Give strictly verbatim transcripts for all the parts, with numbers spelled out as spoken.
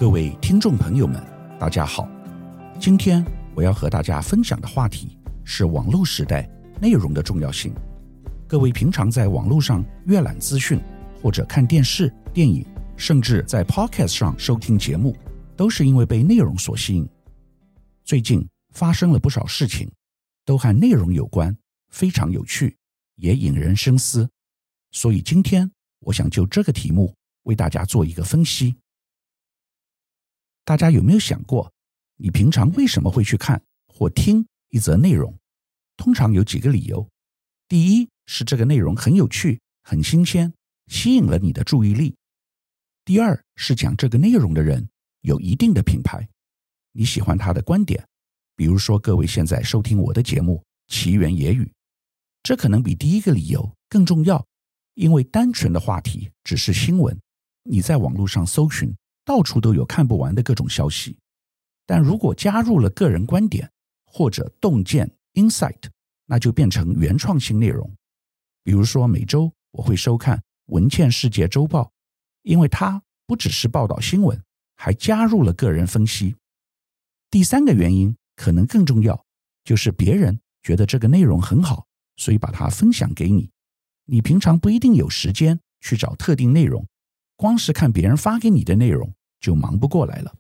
各位听众朋友们，大家好。今天我要和大家分享的话题是网络时代内容的重要性。各位平常在网络上阅览资讯，或者看电视、电影，甚至在 Podcast 上收听节目，都是因为被内容所吸引。最近发生了不少事情，都和内容有关，非常有趣，也引人深思。所以今天我想就这个题目为大家做一个分析。大家有没有想过，你平常为什么会去看或听一则内容？通常有几个理由。第一是这个内容很有趣、很新鲜，吸引了你的注意力。第二是讲这个内容的人有一定的品牌，你喜欢他的观点，比如说各位现在收听我的节目《奇缘野语》，这可能比第一个理由更重要，因为单纯的话题只是新闻，你在网络上搜寻，到处都有看不完的各种消息。但如果加入了个人观点或者洞见 insight， 那就变成原创性内容。比如说每周我会收看文茜世界周报，因为它不只是报道新闻，还加入了个人分析。第三个原因可能更重要，就是别人觉得这个内容很好，所以把它分享给你。你平常不一定有时间去找特定内容，光是看别人发给你的内容就忙不过来了。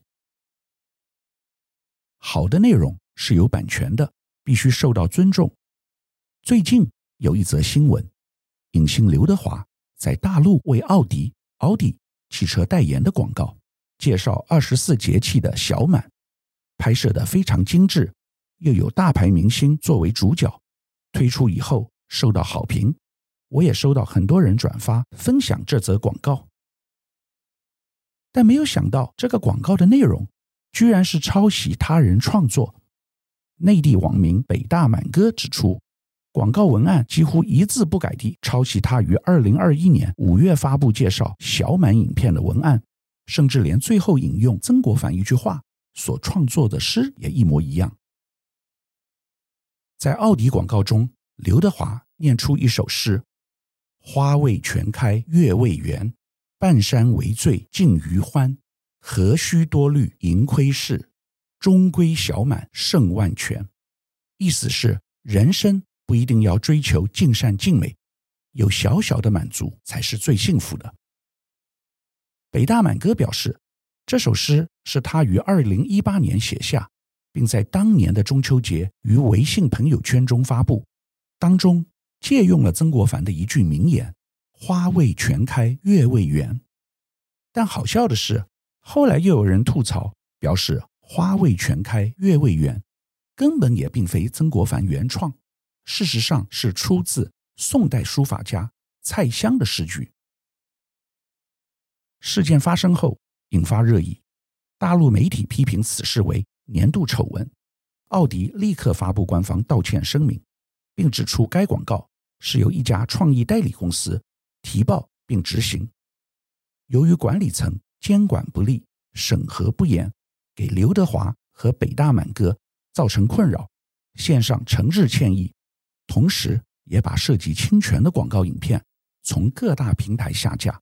好的内容是有版权的，必须受到尊重。最近有一则新闻，影星刘德华在大陆为奥迪奥迪汽车代言的广告，介绍二十四节气的小满，拍摄得非常精致，又有大牌明星作为主角，推出以后受到好评，我也收到很多人转发分享这则广告。但没有想到这个广告的内容居然是抄袭他人创作。内地网民北大满哥指出，广告文案几乎一字不改地抄袭他于二零二一年五月发布介绍小满影片的文案，甚至连最后引用曾国藩一句话所创作的诗也一模一样。在奥迪广告中，刘德华念出一首诗：花未全开月未圆，半山为醉尽余欢，何须多虑盈亏事，终归小满胜万全。意思是人生不一定要追求尽善尽美，有小小的满足才是最幸福的。北大满哥表示，这首诗是他于二零一八年写下，并在当年的中秋节于微信朋友圈中发布，当中借用了曾国藩的一句名言：花未全开月未圆。但好笑的是，后来又有人吐槽，表示花未全开月未圆根本也并非曾国藩原创，事实上是出自宋代书法家蔡襄的诗句。事件发生后引发热议，大陆媒体批评此事为年度丑闻，奥迪立刻发布官方道歉声明，并指出该广告是由一家创意代理公司提报并执行，由于管理层监管不力、审核不严，给刘德华和北大满哥造成困扰，献上诚挚歉意，同时也把涉及侵权的广告影片从各大平台下架。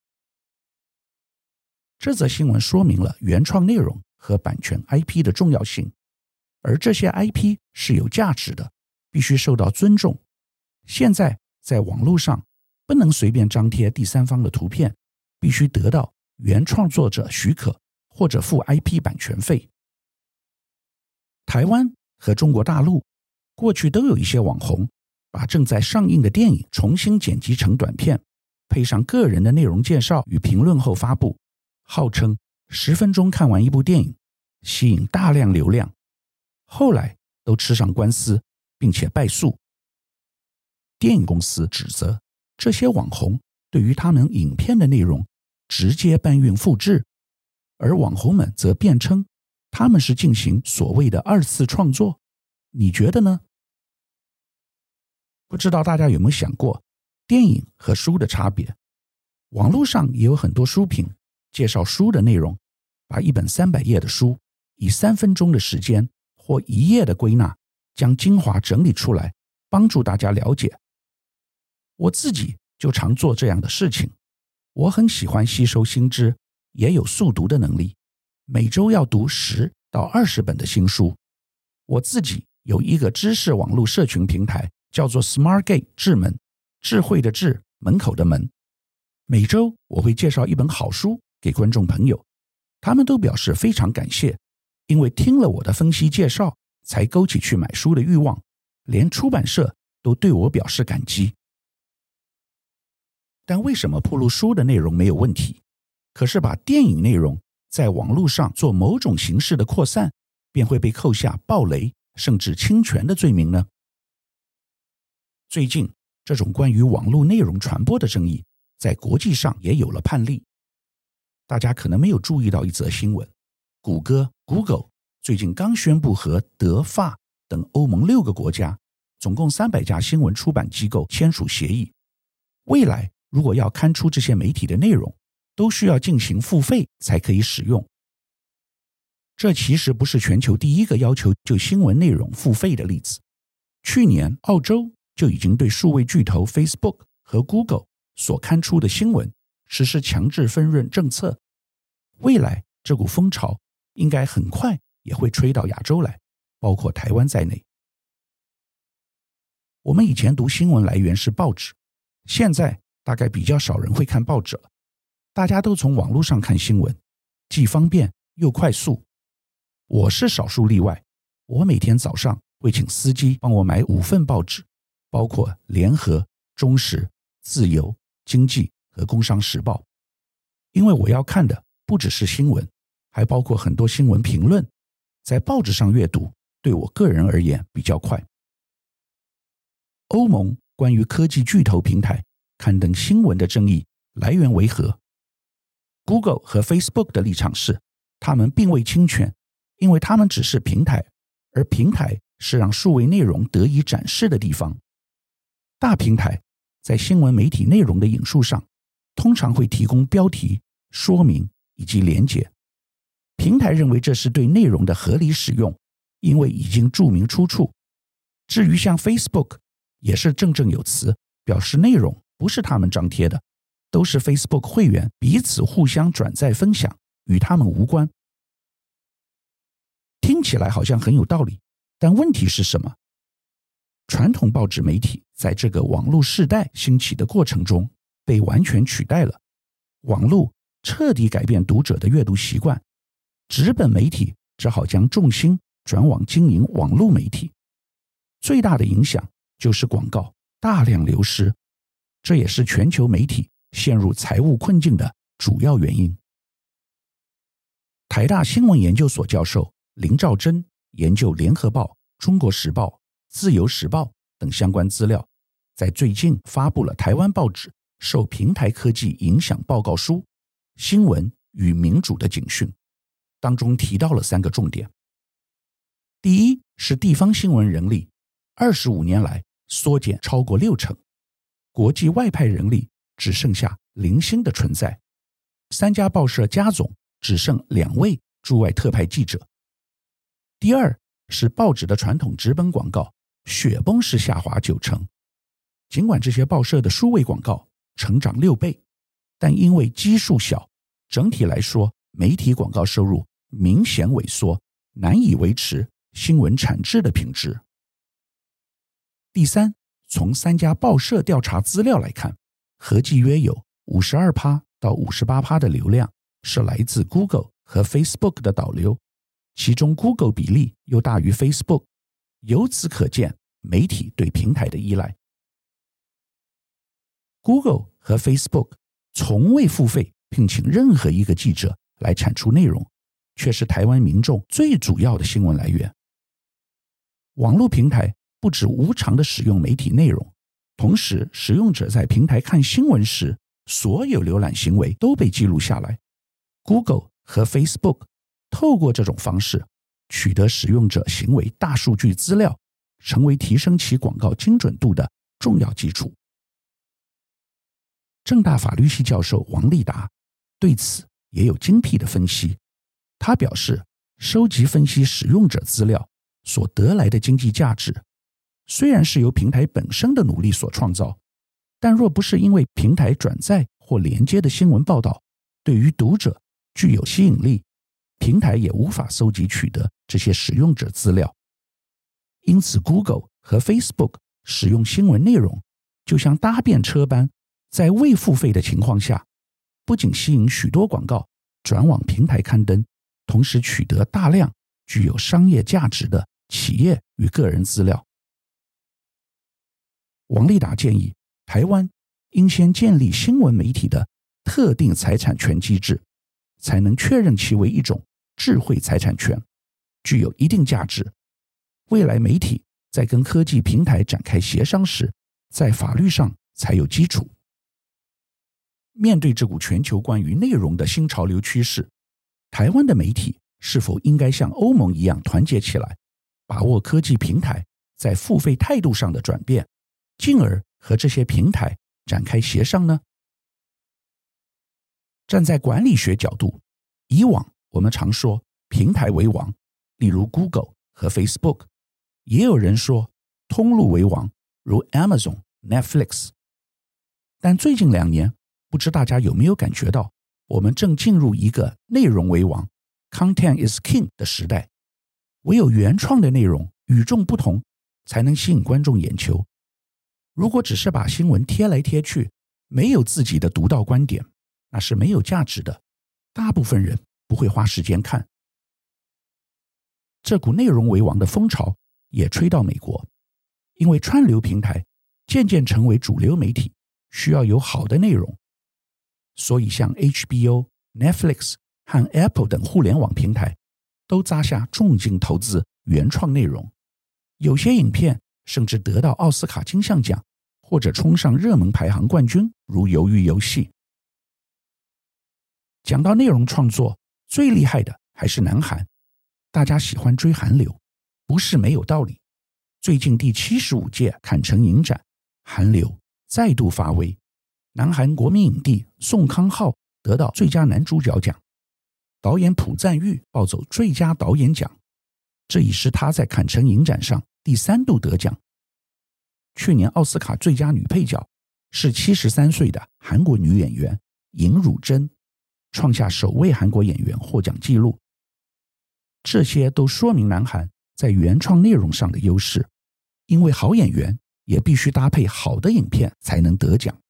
这则新闻说明了原创内容和版权 I P 的重要性，而这些 I P 是有价值的，必须受到尊重。现在在网络上不能随便张贴第三方的图片，必须得到原创作者许可或者付 I P 版权费。台湾和中国大陆过去都有一些网红把正在上映的电影重新剪辑成短片，配上个人的内容介绍与评论后发布，号称十分钟看完一部电影，吸引大量流量，后来都吃上官司并且败诉。电影公司指责这些网红对于他们影片的内容直接搬运复制，而网红们则辩称他们是进行所谓的二次创作。你觉得呢？不知道大家有没有想过电影和书的差别？网络上也有很多书评介绍书的内容，把一本三百页的书以三分钟的时间或一页的归纳，将精华整理出来，帮助大家了解。我自己就常做这样的事情，我很喜欢吸收新知，也有速读的能力， 每周要读十到二十本的新书。我自己有一个知识网络社群平台，叫做 SmartGate 智门，智慧的智，门口的门。每周我会介绍一本好书给观众朋友，他们都表示非常感谢，因为听了我的分析介绍，才勾起去买书的欲望，连出版社都对我表示感激。但为什么铺路书的内容没有问题，可是把电影内容在网络上做某种形式的扩散，便会被扣下暴雷甚至侵权的罪名呢？最近这种关于网络内容传播的争议在国际上也有了判例。大家可能没有注意到一则新闻，谷歌 Google 最近刚宣布和德法等欧盟六个国家总共三百家新闻出版机构签署协议，未来如果要刊出这些媒体的内容，都需要进行付费才可以使用。这其实不是全球第一个要求就新闻内容付费的例子。去年澳洲就已经对数位巨头 Facebook 和 Google 所刊出的新闻实施强制分润政策，未来这股风潮应该很快也会吹到亚洲来，包括台湾在内。我们以前读新闻来源是报纸，现在大概比较少人会看报纸了，大家都从网络上看新闻，既方便又快速。我是少数例外，我每天早上会请司机帮我买五份报纸，包括联合、中时、自由、经济和工商时报。因为我要看的不只是新闻，还包括很多新闻评论，在报纸上阅读对我个人而言比较快。欧盟关于科技巨头平台刊登新闻的争议来源为何？ Google 和 Facebook 的立场是，他们并未侵权，因为他们只是平台，而平台是让数位内容得以展示的地方。大平台在新闻媒体内容的引述上，通常会提供标题、说明以及连结。平台认为这是对内容的合理使用，因为已经注明出处。至于像 Facebook， 也是振振有词，表示内容不是他们张贴的，都是 Facebook 会员彼此互相转载分享，与他们无关。听起来好像很有道理，但问题是什么？传统报纸媒体在这个网络世代兴起的过程中被完全取代了，网络彻底改变读者的阅读习惯，纸本媒体只好将重心转往经营网络媒体。最大的影响就是广告大量流失，这也是全球媒体陷入财务困境的主要原因。台大新闻研究所教授林兆珍研究联合报、中国时报、自由时报等相关资料，在最近发布了台湾报纸受平台科技影响报告书《新闻与民主的警讯》，当中提到了三个重点。第一是地方新闻人力二十五年来缩减超过六成，国际外派人力只剩下零星的存在，三家报社加总只剩两位驻外特派记者。第二是报纸的传统纸本广告雪崩式下滑九成，尽管这些报社的数位广告成长六倍，但因为基数小，整体来说媒体广告收入明显萎缩，难以维持新闻产质的品质。第三，从三家报社调查资料来看，合计约有 百分之五十二 到 百分之五十八 的流量是来自 Google 和 Facebook 的导流，其中 Google 比例又大于 Facebook， 由此可见媒体对平台的依赖。Google 和 Facebook 从未付费聘请任何一个记者来产出内容，却是台湾民众最主要的新闻来源。网络平台不只无偿地使用媒体内容，同时使用者在平台看新闻时，所有浏览行为都被记录下来。Google 和 Facebook 透过这种方式取得使用者行为大数据资料，成为提升其广告精准度的重要基础。政大法律系教授王立达对此也有精辟的分析。他表示，收集分析使用者资料所得来的经济价值，虽然是由平台本身的努力所创造，但若不是因为平台转载或连接的新闻报道对于读者具有吸引力， 平台也无法搜集取得这些使用者资料。因此 Google 和 Facebook 使用新闻内容就像搭便车般，在未付费的情况下，不仅吸引许多广告转往平台刊登，同时取得大量具有商业价值的企业与个人资料。王立达建议，台湾应先建立新闻媒体的特定财产权机制，才能确认其为一种智慧财产权，具有一定价值。未来媒体在跟科技平台展开协商时，在法律上才有基础。面对这股全球关于内容的新潮流趋势，台湾的媒体是否应该像欧盟一样团结起来，把握科技平台在付费态度上的转变，进而和这些平台展开协商呢？站在管理学角度，以往我们常说平台为王，例如 Google 和 Facebook， 也有人说通路为王，如 Amazon、Netflix。 但最近两年，不知大家有没有感觉到，我们正进入一个内容为王 Content is King 的时代。唯有原创的内容与众不同，才能吸引观众眼球。如果只是把新闻贴来贴去，没有自己的独到观点，那是没有价值的，大部分人不会花时间看。这股内容为王的风潮也吹到美国，因为串流平台渐渐成为主流媒体，需要有好的内容，所以像 H B O、Netflix 和 Apple 等互联网平台都砸下重金投资原创内容，有些影片甚至得到奥斯卡金像奖，或者冲上热门排行冠军，如鱿鱼游戏。讲到内容创作，最厉害的还是南韩。大家喜欢追韩流，不是没有道理。最近第七十五届坎城影展，韩流再度发威，南韩国民影帝宋康昊得到最佳男主角奖，导演朴赞郁抱走最佳导演奖，这已是他在坎城影展上第三度得奖。去年奥斯卡最佳女配角是七十三岁的韩国女演员尹汝贞，创下首位韩国演员获奖纪录。这些都说明南韩在原创内容上的优势，因为好演员也必须搭配好的影片才能得奖。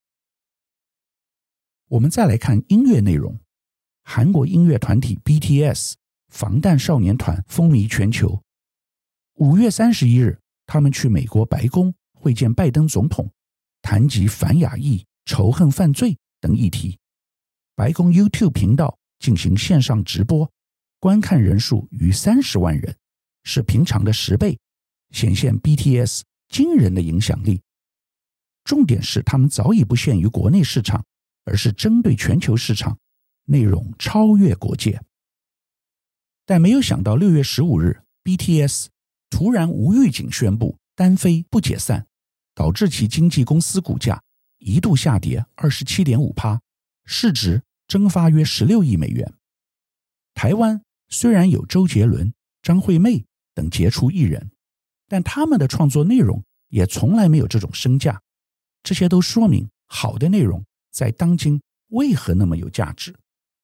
我们再来看音乐内容，韩国音乐团体 B T S 防弹少年团风靡全球。五月三十一日，他们去美国白宫会见拜登总统，谈及反亚裔、仇恨犯罪等议题。白宫 YouTube 频道进行线上直播，观看人数逾三十万人，是平常的十倍，显现 B T S 惊人的影响力。重点是他们早已不限于国内市场，而是针对全球市场，内容超越国界。但没有想到六月十五日 B T S 突然无预警宣布单飞不解散，导致其经纪公司股价一度下跌 百分之二十七点五， 市值蒸发约十六亿美元。台湾虽然有周杰伦、张惠妹等杰出艺人，但他们的创作内容也从来没有这种身价。这些都说明好的内容在当今为何那么有价值。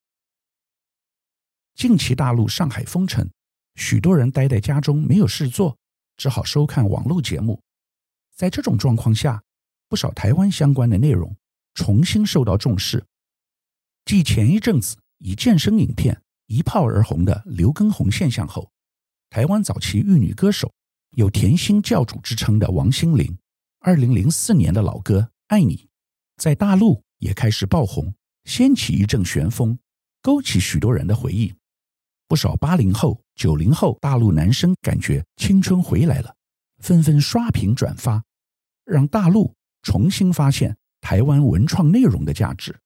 近期大陆上海封城，许多人待在家中没有事做，只好收看网络节目。在这种状况下，不少台湾相关的内容重新受到重视。继前一阵子以健身影片一炮而红的刘畊宏现象后，台湾早期玉女歌手有甜心教主之称的王心凌，二零零四年的老歌《爱你》在大陆也开始爆红，掀起一阵旋风，勾起许多人的回忆。不少八零后、九零后大陆男生感觉青春回来了，纷纷刷屏转发，让大陆重新发现台湾文创内容的价值。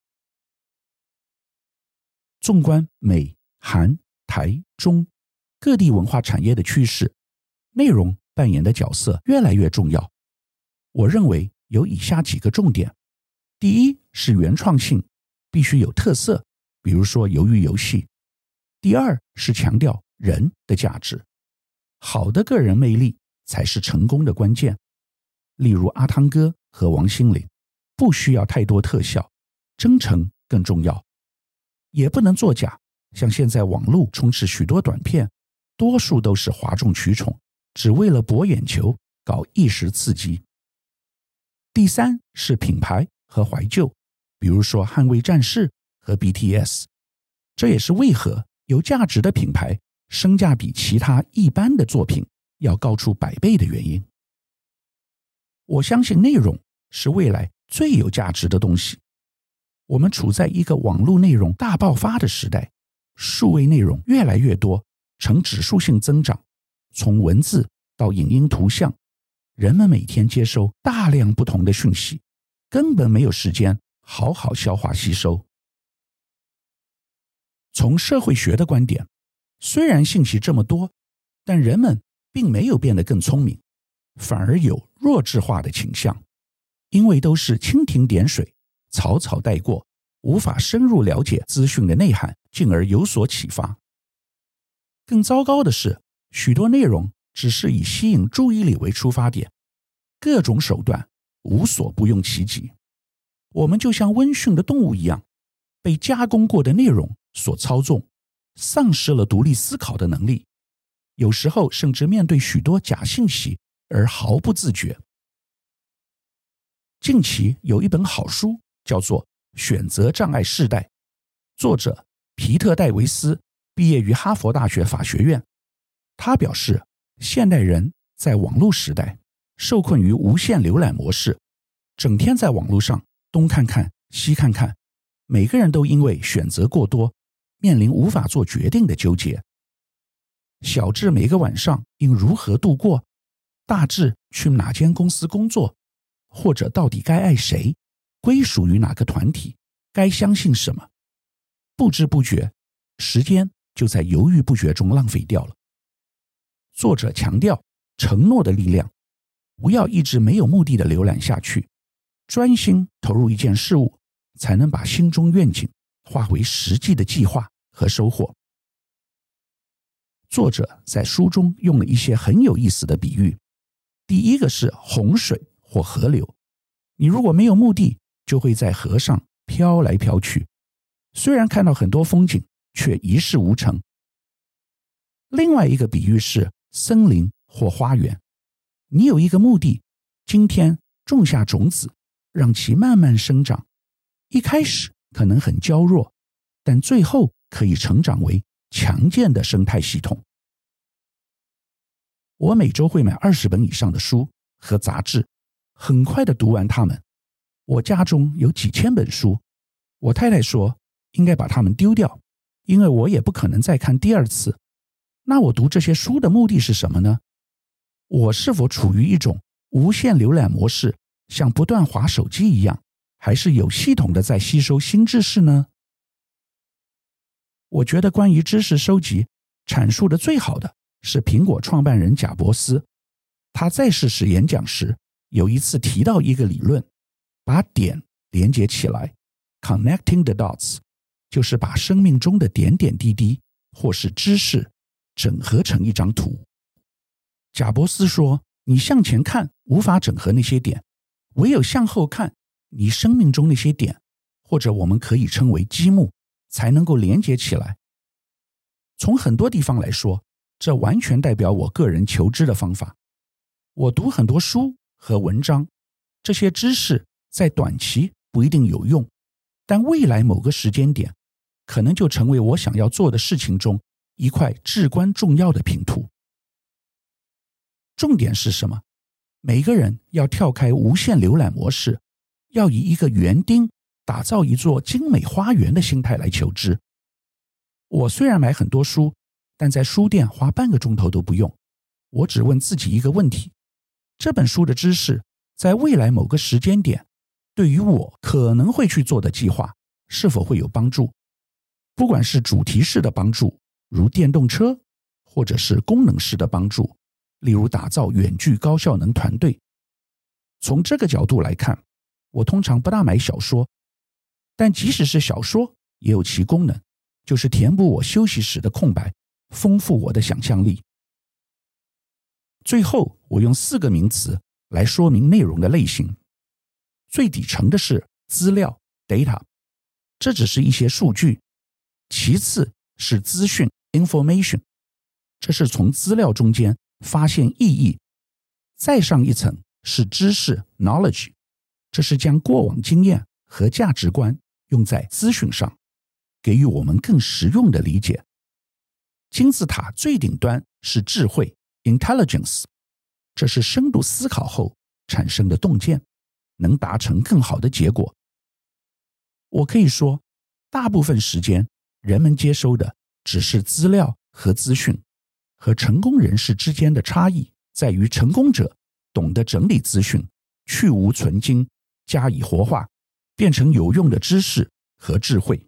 纵观美、韩、台、中各地文化产业的趋势，内容扮演的角色越来越重要。我认为有以下几个重点。第一是原创性，必须有特色，比如说鱿鱼游戏。第二是强调人的价值，好的个人魅力才是成功的关键。例如阿汤哥和王心凌，不需要太多特效，真诚更重要。也不能作假， 像现在网络充斥许多短片，多数都是哗众取宠，只为了博眼球，搞一时刺激。第三是品牌和怀旧，比如说捍卫战士和 B T S， 这也是为何有价值的品牌身价比其他一般的作品要高出百倍的原因。我相信内容是未来最有价值的东西。我们处在一个网络内容大爆发的时代，数位内容越来越多，呈指数性增长，从文字到影音图像，人们每天接收大量不同的讯息，根本没有时间好好消化吸收。从社会学的观点，虽然信息这么多，但人们并没有变得更聪明，反而有弱智化的倾向，因为都是蜻蜓点水，草草带过，无法深入了解资讯的内涵，进而有所启发。更糟糕的是，许多内容只是以吸引注意力为出发点，各种手段无所不用其极。我们就像温驯的动物一样，被加工过的内容所操纵，丧失了独立思考的能力，有时候甚至面对许多假信息而毫不自觉。近期有一本好书叫做《选择障碍世代》，作者皮特·戴维斯毕业于哈佛大学法学院。他表示，现代人在网络时代受困于无限浏览模式，整天在网络上东看看西看看，每个人都因为选择过多，面临无法做决定的纠结。小至每个晚上应如何度过，大至去哪间公司工作，或者到底该爱谁，归属于哪个团体，该相信什么，不知不觉时间就在犹豫不决中浪费掉了。作者强调承诺的力量，不要一直没有目的的浏览下去，专心投入一件事物，才能把心中愿景化为实际的计划和收获。作者在书中用了一些很有意思的比喻。第一个是洪水或河流，你如果没有目的，就会在河上飘来飘去，虽然看到很多风景，却一事无成。另外一个比喻是森林或花园，你有一个目的，今天种下种子，让其慢慢生长，一开始可能很娇弱，但最后可以成长为强健的生态系统。我每周会买二十本以上的书和杂志，很快的读完它们。我家中有几千本书，我太太说应该把它们丢掉，因为我也不可能再看第二次。那我读这些书的目的是什么呢？我是否处于一种无限浏览模式，像不断滑手机一样，还是有系统的在吸收新知识呢？我觉得关于知识收集阐述的最好的是苹果创办人贾伯斯。他在世时演讲时，有一次提到一个理论，把点连接起来 Connecting the dots， 就是把生命中的点点滴滴或是知识整合成一张图。贾伯斯说，你向前看无法整合那些点，唯有向后看，你生命中那些点，或者我们可以称为积木，才能够连接起来。从很多地方来说，这完全代表我个人求知的方法。我读很多书和文章，这些知识在短期不一定有用，但未来某个时间点，可能就成为我想要做的事情中一块至关重要的拼图。重点是什么？每个人要跳开无限浏览模式，要以一个园丁打造一座精美花园的心态来求知。我虽然买很多书，但在书店花半个钟头都不用。我只问自己一个问题，这本书的知识在未来某个时间点，对于我可能会去做的计划是否会有帮助？不管是主题式的帮助，如电动车，或者是功能式的帮助，例如打造远距高效能团队。从这个角度来看，我通常不大买小说，但即使是小说也有其功能，就是填补我休息时的空白，丰富我的想象力。最后，我用四个名词来说明内容的类型。最底层的是资料 data， 这只是一些数据。其次是资讯 information， 这是从资料中间发现意义。再上一层是知识 knowledge， 这是将过往经验和价值观用在资讯上，给予我们更实用的理解。金字塔最顶端是智慧 intelligence， 这是深度思考后产生的洞见，能达成更好的结果。我可以说，大部分时间人们接收的只是资料和资讯，和成功人士之间的差异在于成功者懂得整理资讯，去无存精，加以活化，变成有用的知识和智慧。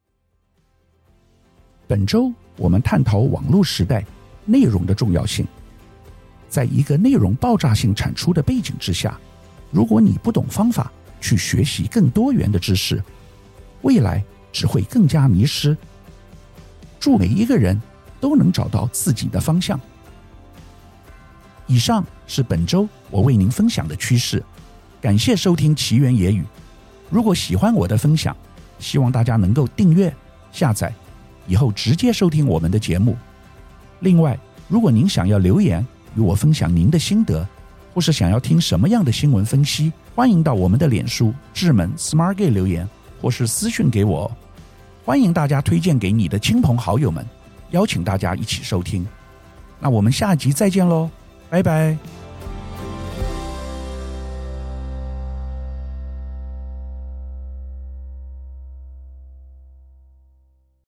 本周我们探讨网络时代内容的重要性。在一个内容爆炸性产出的背景之下，如果你不懂方法去学习更多元的知识，未来只会更加迷失。祝每一个人都能找到自己的方向。以上是本周我为您分享的趋势，感谢收听奇缘野语。如果喜欢我的分享，希望大家能够订阅、下载，以后直接收听我们的节目。另外，如果您想要留言与我分享您的心得，或是想要听什么样的新闻分析，欢迎到我们的脸书智门 Smart Gay 留言，或是私讯给我。欢迎大家推荐给你的亲朋好友们，邀请大家一起收听。那我们下集再见咯，拜拜。